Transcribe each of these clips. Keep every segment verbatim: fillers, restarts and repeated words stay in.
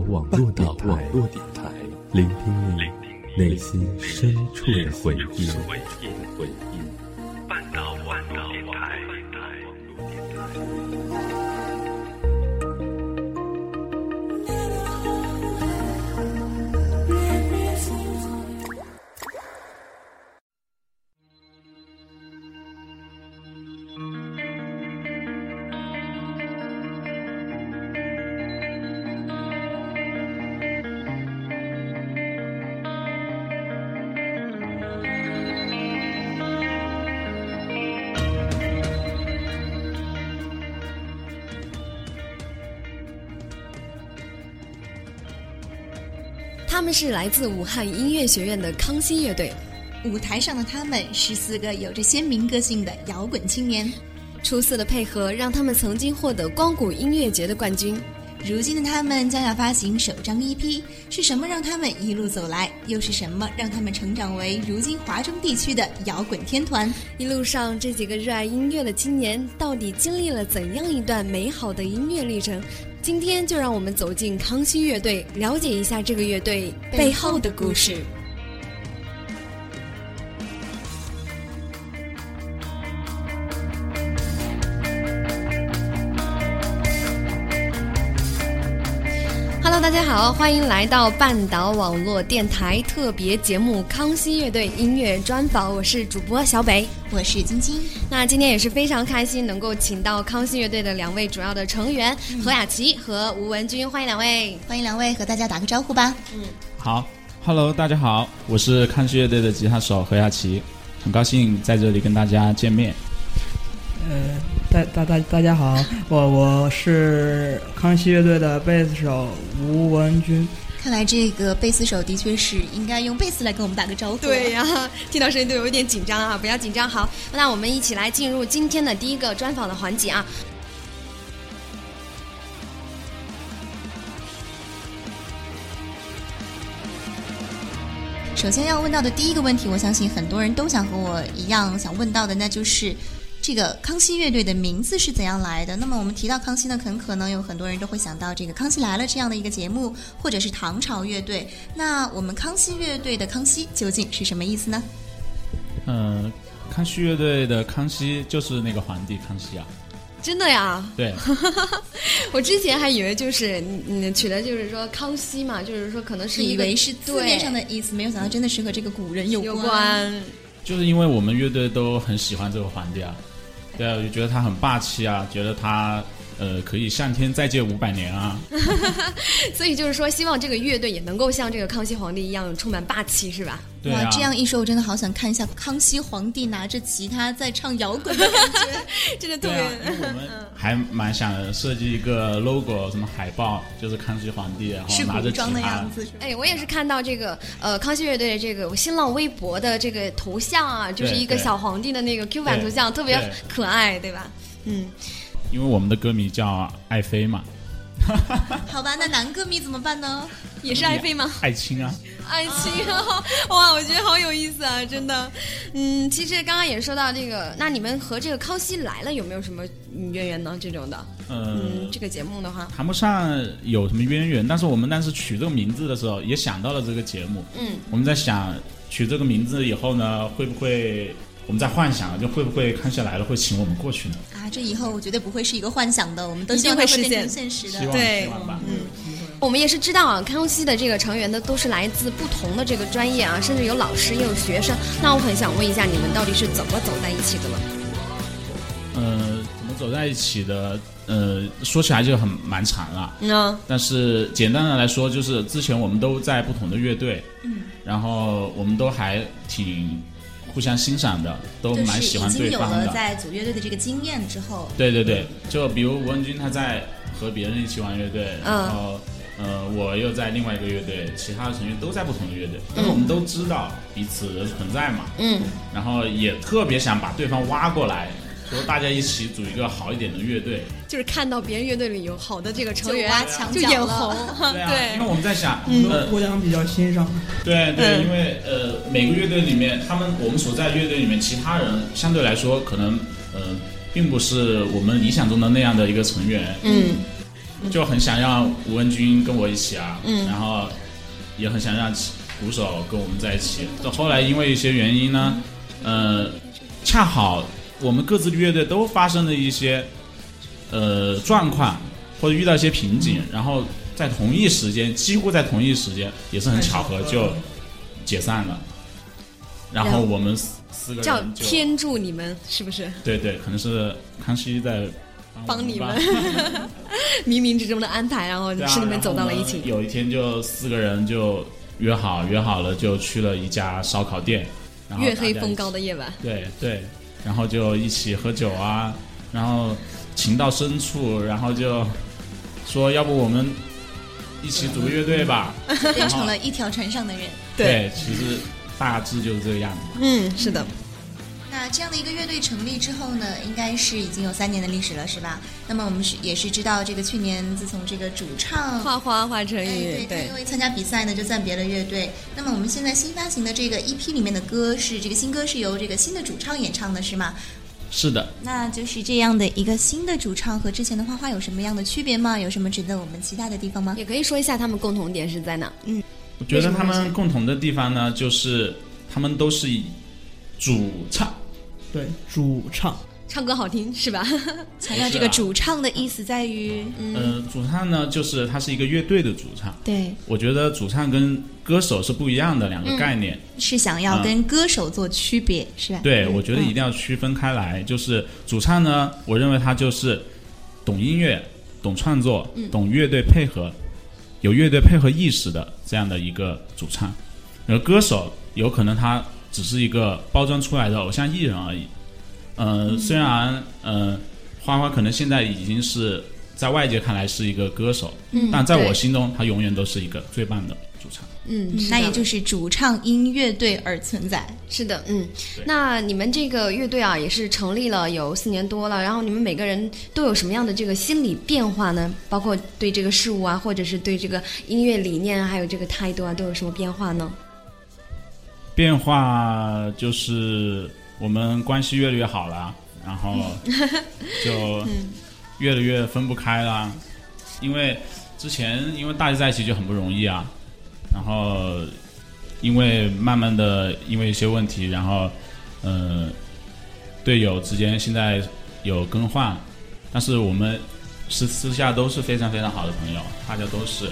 网络电台，网络电台，聆听你内心深处的回忆。回忆。半岛网络电台。 他们是来自武汉音乐学院的康熙乐队， 舞台上的他们是四个有着鲜明个性的摇滚青年， 出色的配合让他们曾经获得光谷音乐节的冠军。 如今的他们将要发行首张 E P， 是什么让他们一路走来？又是什么让他们成长为如今华中地区的摇滚天团？ 一路上这几个热爱音乐的青年到底经历了怎样一段美好的音乐历程？今天就让我们走进康熙乐队，了解一下这个乐队背后的故事。Hello， 大家好，欢迎来到半岛网络电台特别节目《康熙乐队音乐专访》，我是主播小北， 我是晶晶。 那今天也是非常开心，能够请到康熙乐队的两位主要的成员、嗯、何雅琪和吴文君，欢迎两位， 欢迎两位，和大家打个招呼吧。 嗯，好 ，Hello， 大家好，我是康熙乐队的吉他手何雅琪，很高兴在这里跟大家见面。 呃，大大大大家好，我我是康熙乐队的贝斯手吴文君。 看来这个贝斯手的确是应该用贝斯来跟我们打个招呼。 对呀、啊，听到声音都有点紧张啊，不要紧张。好，那我们一起来进入今天的第一个专访的环节啊。 首先要问到的第一个问题，我相信很多人都想和我一样想问到的，那就是这个康熙乐队的名字是怎样来的？那么我们提到康熙呢，很可能有很多人都会想到这个《康熙来了》这样的一个节目，或者是唐朝乐队。那我们康熙乐队的康熙究竟是什么意思呢？ 嗯，康熙乐队的康熙就是那个皇帝康熙啊。 真的呀？ 对。 我之前还以为就是嗯取的就是说康熙嘛，就是说可能是以为是字面上的意思，没有想到真的是和这个古人有关。 有关。 就是因为我们乐队都很喜欢这个皇帝啊。对啊，我就觉得他很霸气啊，觉得他呃可以向天再借五百年啊。 所以就是说，希望这个乐队也能够像这个康熙皇帝一样充满霸气，是吧？ 对啊。 哇，这样一说，我真的好想看一下康熙皇帝拿着吉他在唱摇滚的感觉， 真的特别。 对啊，因为我们还蛮想设计一个 logo， 什么海报，就是康熙皇帝，然后拿着吉他的样子。 哎，我也是看到这个呃康熙乐队的这个新浪微博的这个头像啊，就是一个小皇帝的那个 Q 版头像，特别可爱，对吧？嗯。 因为我们的歌迷叫爱妃嘛。 好吧，那男歌迷怎么办呢？ 也是爱妃吗？ 爱卿啊。 爱卿啊，哇，我觉得好有意思啊，真的。嗯，其实刚刚也说到这个，那你们和这个《康熙来了》有没有什么渊源呢？这种的， 呃、 嗯，这个节目的话， 谈不上有什么渊源，但是我们当时取这个名字的时候，也想到了这个节目。 嗯， 我们在想取这个名字以后呢，会不会？我们在幻想，就会不会康熙来了会请我们过去呢？ 啊，这以后我绝对不会是一个幻想的，我们都希望会变成现实的。 希望对， 希望吧。 嗯，我们也是知道啊，康熙的这个成员呢都是来自不同的这个专业啊，甚至有老师也有学生。那我很想问一下，你们到底是怎么走在一起的呢？ 呃，怎么走在一起的？呃，说起来就很蛮长了。 嗯， 但是简单的来说，就是之前我们都在不同的乐队， 嗯， 然后我们都还挺互相欣赏的，都蛮喜欢对方的。 就是已经有了在组乐队的这个经验之后， 对对对，就比如吴文君他在和别人一起玩乐队， 嗯、 然后呃我又在另外一个乐队，其他的成员都在不同的乐队，但是我们都知道彼此的存在嘛， 嗯， 然后也特别想把对方挖过来，说大家一起组一个好一点的乐队。 就是看到别人乐队里有好的这个成员， 就挖墙就脚了眼红， 对啊， 对， 因为我们在想， 嗯， 呃、 互相比较欣赏。 对对， 嗯、 因为呃，每个乐队里面，他们我们所在乐队里面，其他人相对来说可能呃，并不是我们理想中的那样的一个成员。 嗯， 就很想让吴文军跟我一起啊， 嗯， 然后也很想让鼓手跟我们在一起。到后来因为一些原因呢，呃，恰好我们各自的乐队都发生了一些呃状况，或者遇到一些瓶颈，然后在同一时间，几乎在同一时间，也是很巧合就解散了。然后我们四个人叫就天助你们，是不是？ 对对，可能是康熙在帮你们吧冥冥之中的安排，然后对啊使你们走到了一起。 有一天就四个人就约好，约好了就去了一家烧烤店，然后月黑风大家一起高的夜晚， 对对，然后就一起喝酒啊，然后情到深处，然后就说要不我们一起组个乐队吧， 变成了一条船上的人。 对，其实大致就是这个样子。 嗯，是的。 那这样的一个乐队成立之后呢，应该是已经有三年的历史了，是吧？那么我们是也是知道，这个去年自从这个主唱花花华晨哎， 宇， 对，他因为参加比赛呢，就暂别了乐队。那么我们现在新发行的这个 E P 里面的歌是这个新歌是由这个新的主唱演唱的，是吗？ 是的， 那就是这样的一个新的主唱和之前的花花有什么样的区别吗？有什么值得我们期待的地方吗？ 也可以说一下他们共同点是在哪。嗯， 我觉得他们共同的地方呢，就是他们都是以主唱。 对，主唱唱歌好听是吧？ 强调这个主唱的意思在于， 嗯、呃，主唱呢，就是他是一个乐队的主唱。 对， 我觉得主唱跟歌手是不一样的两个概念， 嗯、是想要跟歌手做区别，嗯、是吧？ 对，我觉得一定要区分开来。嗯、就是主唱呢，我认为他就是懂音乐、懂创作、 嗯、 懂乐队配合、有乐队配合意识的这样的一个主唱。而歌手有可能他只是一个包装出来的偶像艺人而已。呃，嗯、虽然呃，花花可能现在已经是在外界看来是一个歌手， 嗯、 但在我心中，他永远都是一个最棒的主唱。 嗯， 那也就是主唱因乐队而存在。 是的，嗯，那你们这个乐队啊，也是成立了有四年多了，然后你们每个人都有什么样的这个心理变化呢？包括对这个事物啊，或者是对这个音乐理念，还有这个态度啊，都有什么变化呢？ 变化就是我们关系越来越好了，然后就越来越分不开了。因为之前因为大家在一起就很不容易啊，然后因为慢慢的因为一些问题，然后呃队友之间现在有更换，但是我们私私下都是非常非常好的朋友，大家都是。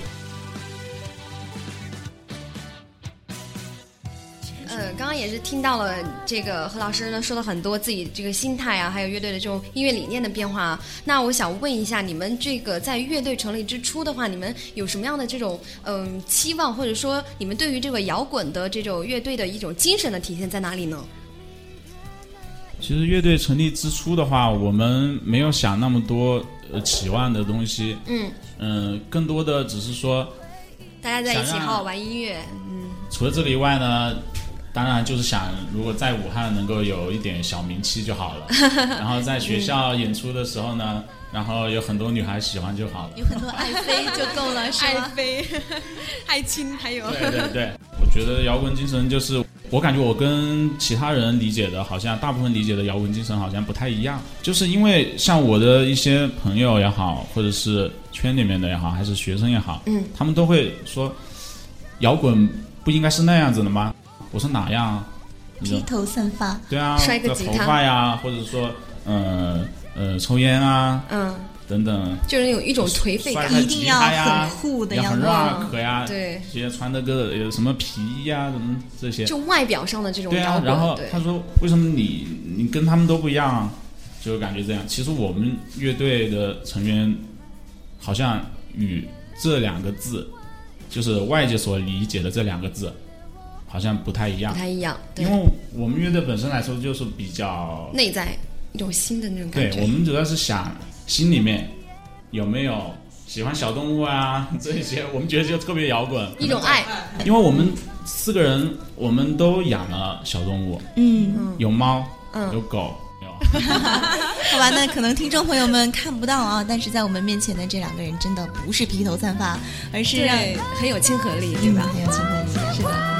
呃，刚刚也是听到了这个何老师呢说了很多自己这个心态啊，还有乐队的这种音乐理念的变化啊。那我想问一下，你们这个在乐队成立之初的话，你们有什么样的这种嗯、呃、期望，或者说你们对于这个摇滚的这种乐队的一种精神的体现在哪里呢？ 其实乐队成立之初的话，我们没有想那么多呃期望的东西， 嗯嗯、呃，更多的只是说大家在一起好好玩音乐。嗯， 除了这个以外呢，当然就是想如果在武汉能够有一点小名气就好了，然后在学校演出的时候呢，然后有很多女孩喜欢就好了， 有很多爱妃就够了，是吗？ 爱妃、爱卿，还有对对对，我觉得摇滚精神就是，我感觉我跟其他人理解的，好像大部分理解的摇滚精神好像不太一样，就是因为像我的一些朋友也好，或者是圈里面的也好，还是学生也好， 嗯， 他们都会说，摇滚不应该是那样子的吗？我说哪样啊？ 披头散发， 对啊， 摔个吉他头发呀，或者说呃呃抽烟啊， 嗯， 等等， 就是有一种颓废感， 一定要很酷的样子， 很 rock 呀， 对， 这些穿的个有什么皮呀，什么这些， 就外表上的这种对啊。 摇滚。 然后他说，为什么你你跟他们都不一样啊？就感觉这样。其实我们乐队的成员好像与这两个字，就是外界所理解的这两个字，好像不太一样， 不太一样，对， 因为我们乐队本身来说就是比较内在一种新的那种感觉。 对，我们主要是想心里面有没有喜欢小动物啊这些，我们觉得就特别摇滚， 一种爱。 因为我们四个人我们都养了小动物， 嗯， 有猫， 嗯， 有狗。 好吧，那可能听众朋友们看不到啊，但是在我们面前的这两个人真的不是披头散发，而是让很有亲和力，对吧？ 很有亲和力，是的。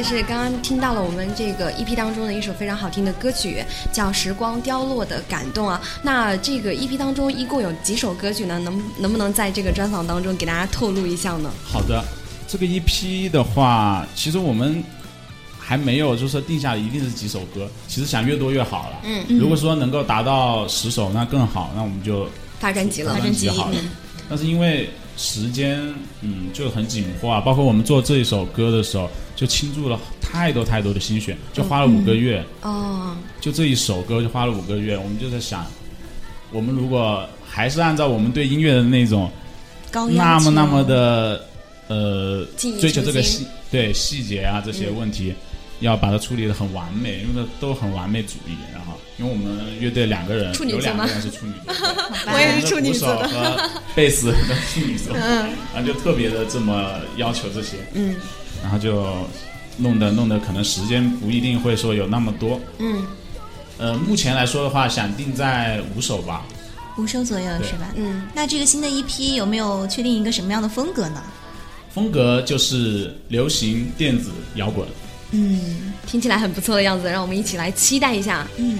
也是刚刚听到了我们这个 E P 当中的一首非常好听的歌曲，叫《时光凋落的感动》啊。那这个 E P 当中一共有几首歌曲呢？能能不能在这个专访当中给大家透露一下呢？ 好的，这个 E P 的话，其实我们还没有就是说定下一定是几首歌，其实想越多越好了。 嗯， 如果说能够达到十首那更好，那我们就发专辑了， 发专辑好了。嗯、但是因为时间嗯就很紧迫啊，包括我们做这一首歌的时候，就倾注了太多太多的心血，就花了五个月。 嗯、哦， 就这一首歌就花了五个月，我们就在想，我们如果还是按照我们对音乐的那种高那么那么的呃追求这个细对细节啊这些问题。嗯，要把它处理得很完美，因为都很完美主义。然后，因为我们乐队两个人有两个人是处女座， 我也是处女座的， 和贝斯的处女座，嗯，然后就特别的这么要求这些， 嗯， 然后就弄得弄得可能时间不一定会说有那么多， 嗯， 呃，目前来说的话，想定在五首吧， 五首左右是吧？嗯，那这个新的一批有没有确定一个什么样的风格呢？ 风格就是流行电子摇滚。 嗯，听起来很不错的样子，让我们一起来期待一下。 嗯。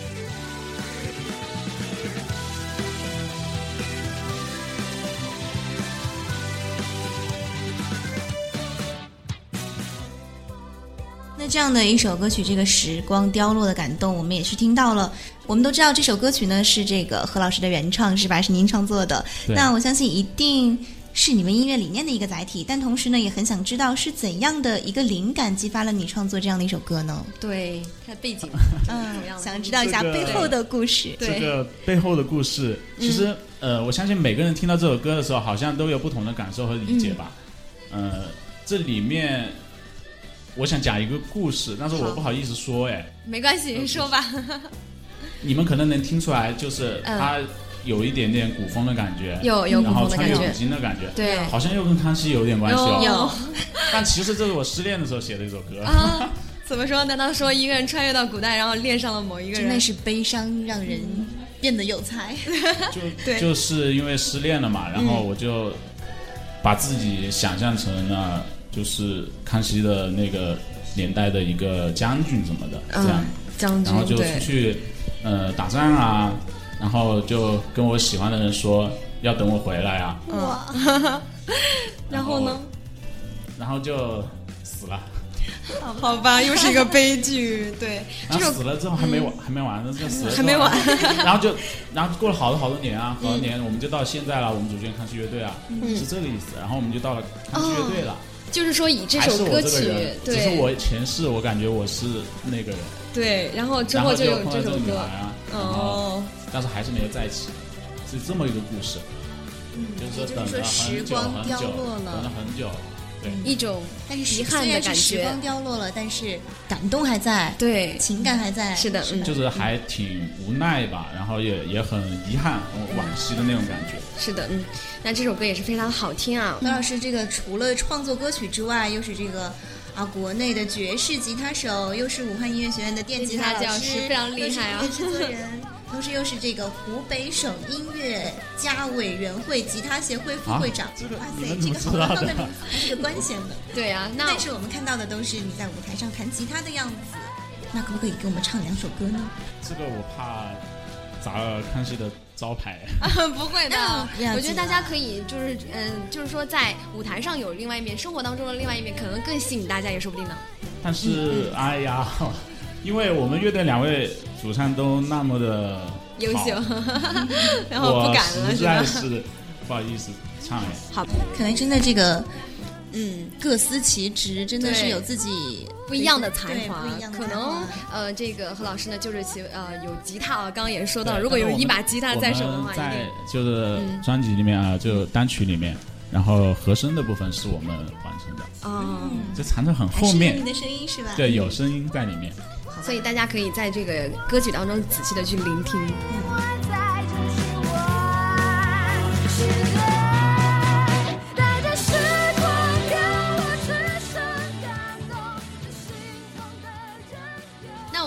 那这样的一首歌曲，这个时光凋落的感动，我们也是听到了。我们都知道这首歌曲呢是这个何老师的原创，是吧？是您创作的。那我相信一定是你们音乐理念的一个载体，但同时呢，也很想知道是怎样的一个灵感激发了你创作这样的一首歌呢？ 对，它的背景， 嗯，想知道一下背后的故事。 这个、这个背后的故事，其实、嗯、呃，我相信每个人听到这首歌的时候，好像都有不同的感受和理解吧。嗯、呃，这里面我想讲一个故事，但是我不好意思说，哎， 没关系，你说吧。 你们可能能听出来，就是它。嗯有一点点古风的感觉， 有有古风的感觉， 然后穿越古今的感觉， 对， 好像又跟康熙有点关系哦。 有， 但其实这是我失恋的时候写的一首歌。 啊，怎么说？难道说一个人穿越到古代，然后恋上了某一个人？ 真的是悲伤，让人变得有才。 就对，就是因为失恋了嘛，然后我就把自己想象成了就是康熙的那个年代的一个将军什么的， 嗯、 这样， 将军， 然后就出去呃打仗啊。然后就跟我喜欢的人说要等我回来啊， 哇、嗯，然后呢？ 然后就死了。 好吧，又是一个悲剧。对， 然后死了之后还没完，嗯、还没完呢，就死了还没完。 然后就，然后过了好多好多年啊，好多年，嗯、我们就到现在了。我们组建康熙乐队啊，嗯、是这个意思。然后我们就到了康熙乐队了。哦、 就是说以这首歌曲， 对，只是我前世我感觉我是那个人。 对，然后之后就有这首歌啊。哦。但是还是没有在一起，是这么一个故事。 嗯， 就是等了很久很久，等了很久，对， 一种但是遗憾的感觉。 时光凋落了，但是感动还在， 对， 情感还在。 是的， 是的， 就是还挺无奈吧，然后也也很遗憾、惋惜的那种感觉。 是的，嗯，那这首歌也是非常好听啊。 何老师，这个除了创作歌曲之外，又是这个。啊，国内的爵士吉他手，又是武汉音乐学院的电吉他老师， 非常厉害啊！ 又是音乐制作人，同时又是这个湖北省音乐家委员会吉他协会副会长。 啊、这个哇塞，这个好棒的名字，还是个官衔的。 对啊，那但是我们看到的都是你在舞台上弹吉他的样子。那可不可以给我们唱两首歌呢？ 这个我怕砸了康熙的招牌。 啊、不会的，我觉得大家可以就是嗯、呃，就是说在舞台上有另外一面，生活当中的另外一面，可能更吸引大家也说不定呢。 但是、嗯、哎呀，因为我们乐队两位主唱都那么的优秀，然后不敢了， 实在是不好意思唱哎。 好， 可能真的这个。嗯，各司其职，真的是有自己不一样的才华。 的可能呃，这个何老师呢，就是其呃有吉他啊，刚刚也说到，如果有一把吉他在手的话， 在就是专辑里面啊，嗯、就单曲里面，然后和声的部分是我们完成的。 哦， 嗯、 就藏在很后面。 你的声音是吧？ 对，有声音在里面。 所以大家可以在这个歌曲当中仔细的去聆听。嗯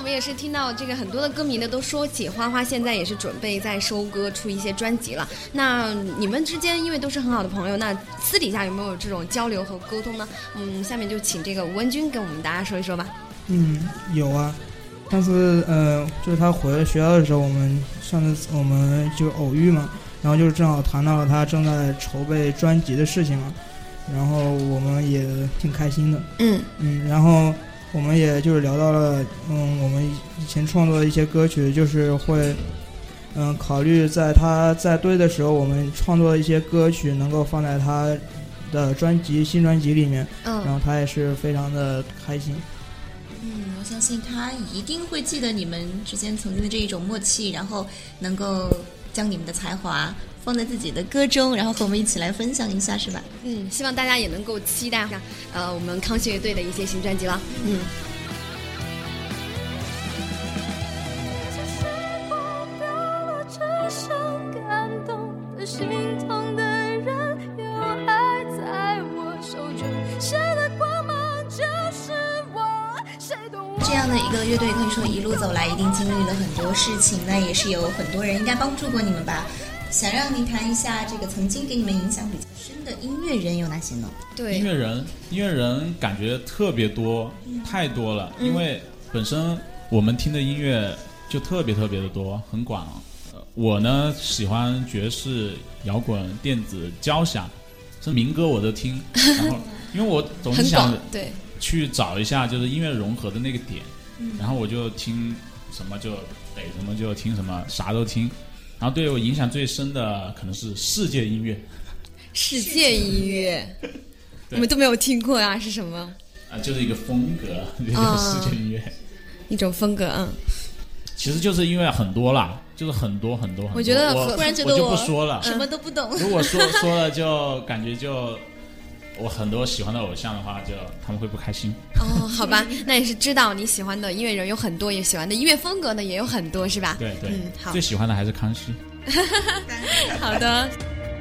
也是听到这个很多的歌迷呢都说起花花现在也是准备在收歌出一些专辑了。那你们之间因为都是很好的朋友，那私底下有没有这种交流和沟通呢？嗯，下面就请这个吴文军跟我们大家说一说吧。 嗯，有啊。上次呃，就是他回了学校的时候，我们上次我们就偶遇嘛，然后就是正好谈到了他正在筹备专辑的事情嘛，然后我们也挺开心的。 嗯嗯，然后我们也就是聊到了，嗯，我们以前创作的一些歌曲，就是会，嗯，考虑在他在队的时候，我们创作的一些歌曲能够放在他的专辑新专辑里面， 嗯， 然后他也是非常的开心。 嗯，我相信他一定会记得你们之间曾经的这一种默契，然后能够将你们的才华放在自己的歌中，然后和我们一起来分享一下，是吧？ 嗯，希望大家也能够期待一下，呃，我们康熙乐队的一些新专辑了。嗯。 这样的一个乐队可以说一路走来一定经历了很多事情，那也是有很多人应该帮助过你们吧。想让您谈一下这个曾经给你们影响比较深的音乐人有哪些呢？ 对， 音乐人音乐人感觉特别多、嗯、太多了、嗯、因为本身我们听的音乐就特别特别的多，很广、呃、我呢喜欢爵士、摇滚、电子、交响，这民歌我都听然后因为我总是想对去找一下就是音乐融合的那个点、嗯、然后我就听什么就逮什么就听什么，啥都听。然后对我影响最深的可能是世界音乐。 世界音乐我们都没有听过啊，是什么啊？就是一个风格，就叫世界音乐、嗯、 一种风格。嗯， 其实就是因为很多啦，就是很多很多很多。 我觉得我突然觉得我, 我就不说了， 什么都不懂。 如果说说了就感觉就我很多喜欢的偶像的话，就他们会不开心。 哦，好吧，那也是知道你喜欢的音乐人有很多，也喜欢的音乐风格呢也有很多，是吧？ 对对， 嗯，好。 最喜欢的还是康熙。 好的。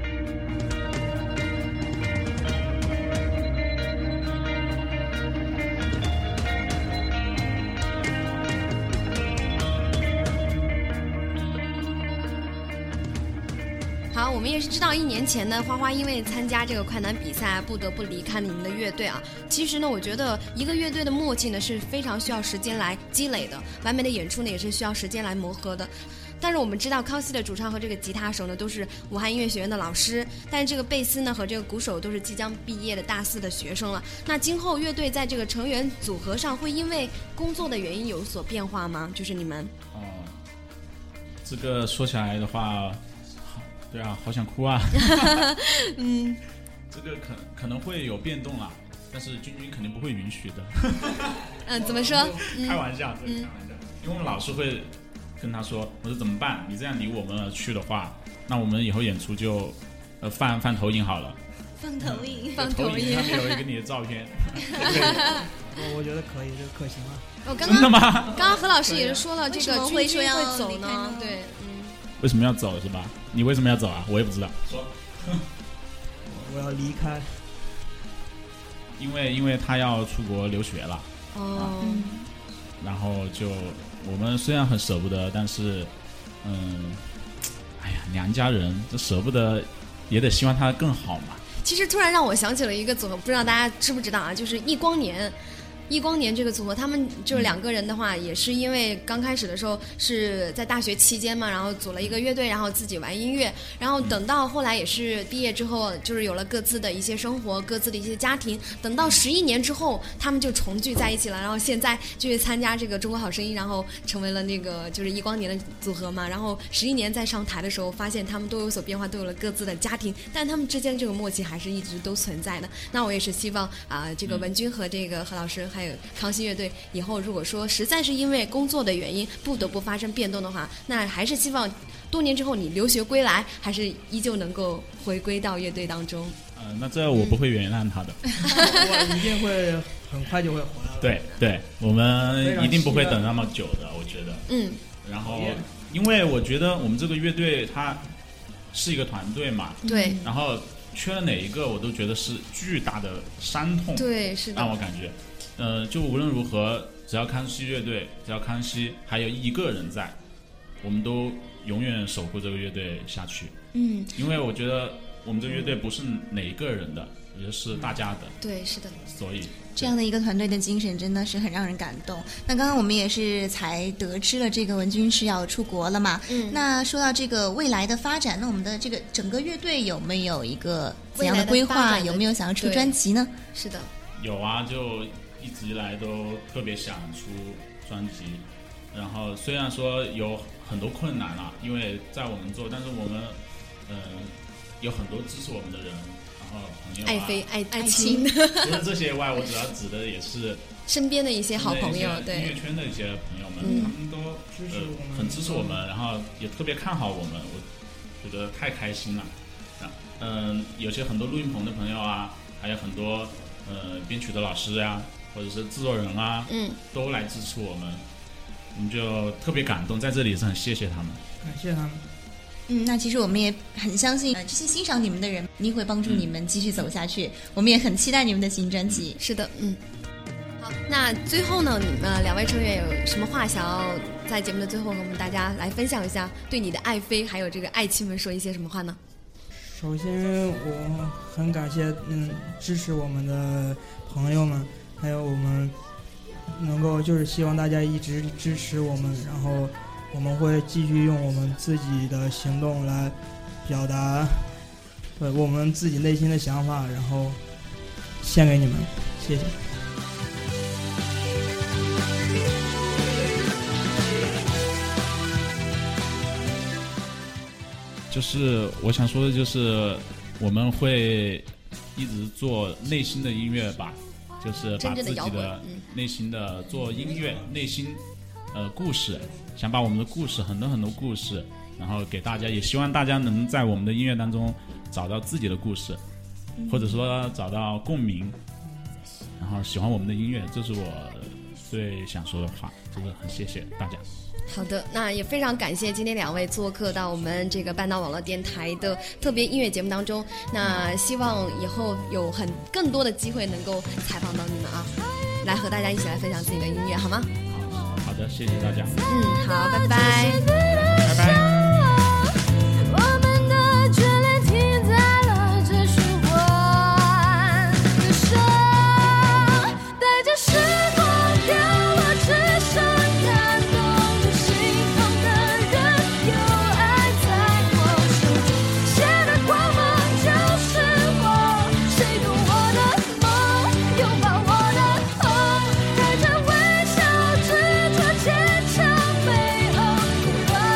好，我们也是知道一年前呢，花花因为参加这个快男比赛不得不离开了你们的乐队啊。其实呢，我觉得一个乐队的默契呢是非常需要时间来积累的，完美的演出呢也是需要时间来磨合的。但是我们知道康熙的主唱和这个吉他手呢都是武汉音乐学院的老师，但是这个贝斯呢和这个鼓手都是即将毕业的大四的学生了。那今后乐队在这个成员组合上会因为工作的原因有所变化吗？就是你们哦，这个说起来的话，对啊，好想哭啊。 嗯， 这个可可能会有变动啦，但是君君肯定不会允许的。 嗯，怎么说？ 开玩笑，这个开玩笑，因为我们老师会跟他说，我说怎么办？你这样离我们而去的话，那我们以后演出就呃放放投影好了。 放投影， 放投影， 上面有一个你的照片。 我我觉得可以，这个可行啊。 哦，刚刚真的吗？ 刚刚何老师也是说了，这个君君会走呢？ 对，嗯。 为什么要走是吧？你为什么要走啊？我也不知道。说。 我要离开。 因为因为他要出国留学了。 哦。 啊、然后就我们虽然很舍不得，但是嗯，哎呀，娘家人这舍不得，也得希望他更好嘛。 其实突然让我想起了一个组合，不知道大家知不知道啊？就是易光年。易光年这个组合，他们就是两个人的话，也是因为刚开始的时候是在大学期间嘛，然后组了一个乐队，然后自己玩音乐，然后等到后来也是毕业之后，就是有了各自的一些生活，各自的一些家庭。等到十一年之后，他们就重聚在一起了，然后现在就去参加这个中国好声音，然后成为了那个就是易光年的组合嘛。然后十一年再上台的时候，发现他们都有所变化，都有了各自的家庭，但他们之间这个默契还是一直都存在的。那我也是希望啊、呃，这个文君和这个何老师还有康熙乐队以后如果说实在是因为工作的原因不得不发生变动的话，那还是希望多年之后你留学归来，还是依旧能够回归到乐队当中。 呃，那这我不会原谅他的。 嗯、我一定会很快就会回来了。 对对，我们一定不会等那么久的，我觉得。 嗯。 然后，因为我觉得我们这个乐队它是一个团队嘛。 对。 然后缺了哪一个，我都觉得是巨大的伤痛。 对，是的。 让我感觉。呃，就无论如何， 只要康熙乐队，只要康熙还有一个人在，我们都永远守护这个乐队下去。 嗯， 因为我觉得我们这个乐队不是哪一个人的，也是大家的。 对，是的。 所以这样的一个团队的精神真的是很让人感动。那刚刚我们也是才得知了这个文君是要出国了嘛？ 嗯。 那说到这个未来的发展，那我们的这个整个乐队有没有一个怎样的规划？有没有想要出专辑呢？ 是的。 有啊，就一直以来都特别想出专辑。然后虽然说有很多困难啊，因为在我们做，但是我们嗯、呃、有很多支持我们的人，然后朋友、啊、 爱妃爱爱卿， 除了这些外，我主要指的也是身边的一些好朋友，对音乐圈的一些朋友们， 嗯、 他们都支持我们、 呃，很支持我们，然后也特别看好我们，我觉得太开心了。嗯、呃，有些很多录音棚的朋友啊，还有很多呃编曲的老师呀、啊，或者是制作人啊， 嗯， 都来支持我们。我们就特别感动，在这里是很谢谢他们， 感谢他们。 嗯，那其实我们也很相信，呃，这些欣赏你们的人一定会帮助你们继续走下去。嗯、我们也很期待你们的新专辑。 是的，嗯。好，那最后呢，你们两位成员有什么话想要在节目的最后和我们大家来分享一下？对你的爱妃还有这个爱妻们说一些什么话呢？ 首先，我很感谢嗯支持我们的朋友们，还有我们。能够就是希望大家一直支持我们，然后我们会继续用我们自己的行动来表达对我们自己内心的想法，然后献给你们，谢谢。 就是我想说的就是我们会一直做内心的音乐吧，就是把自己的内心的做音乐，内心呃故事，想把我们的故事很多很多故事，然后给大家，也希望大家能在我们的音乐当中找到自己的故事，或者说找到共鸣，然后喜欢我们的音乐，这是我最想说的话，就是很谢谢大家。 好的，那也非常感谢今天两位做客到我们这个半岛网络电台的特别音乐节目当中。那希望以后有很更多的机会能够采访到你们啊，来和大家一起来分享自己的音乐，好吗？ 好，好的，谢谢大家。 嗯，好，拜拜， 拜拜。 带着微笑执着坚强背后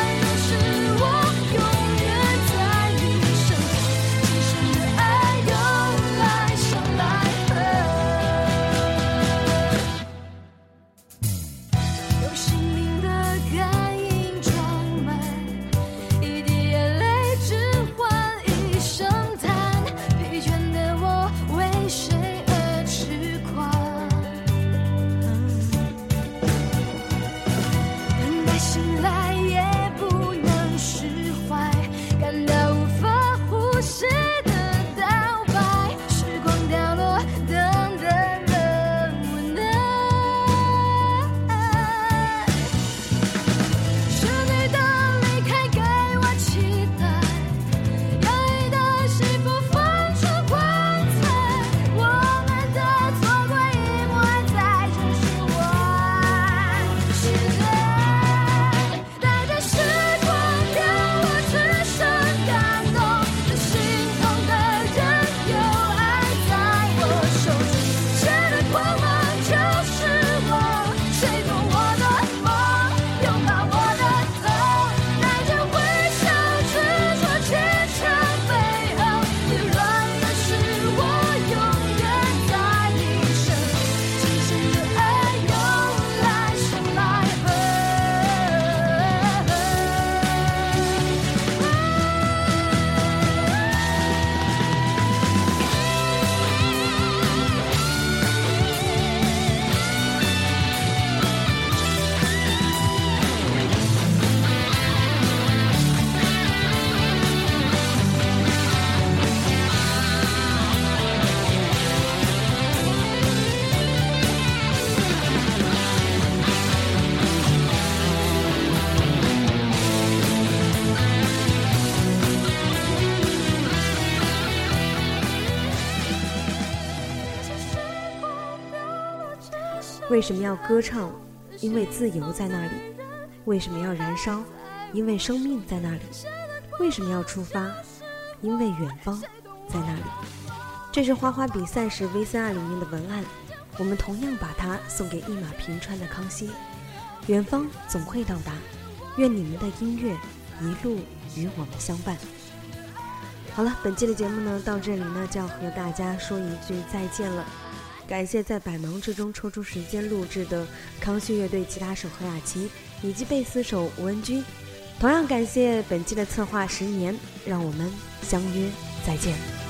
为什么要歌唱？因为自由在那里。为什么要燃烧？因为生命在那里。为什么要出发？因为远方在那里。这是花花比赛时 V C R 里面的文案，我们同样把它送给一马平川的康熙。远方总会到达，愿你们的音乐一路与我们相伴。好了，本期的节目呢，到这里呢就要和大家说一句再见了。感谢在百忙之中抽出时间录制的康熙乐队吉他手何雅琪以及贝斯手吴文军，同样感谢本期的策划十年，让我们相约再见。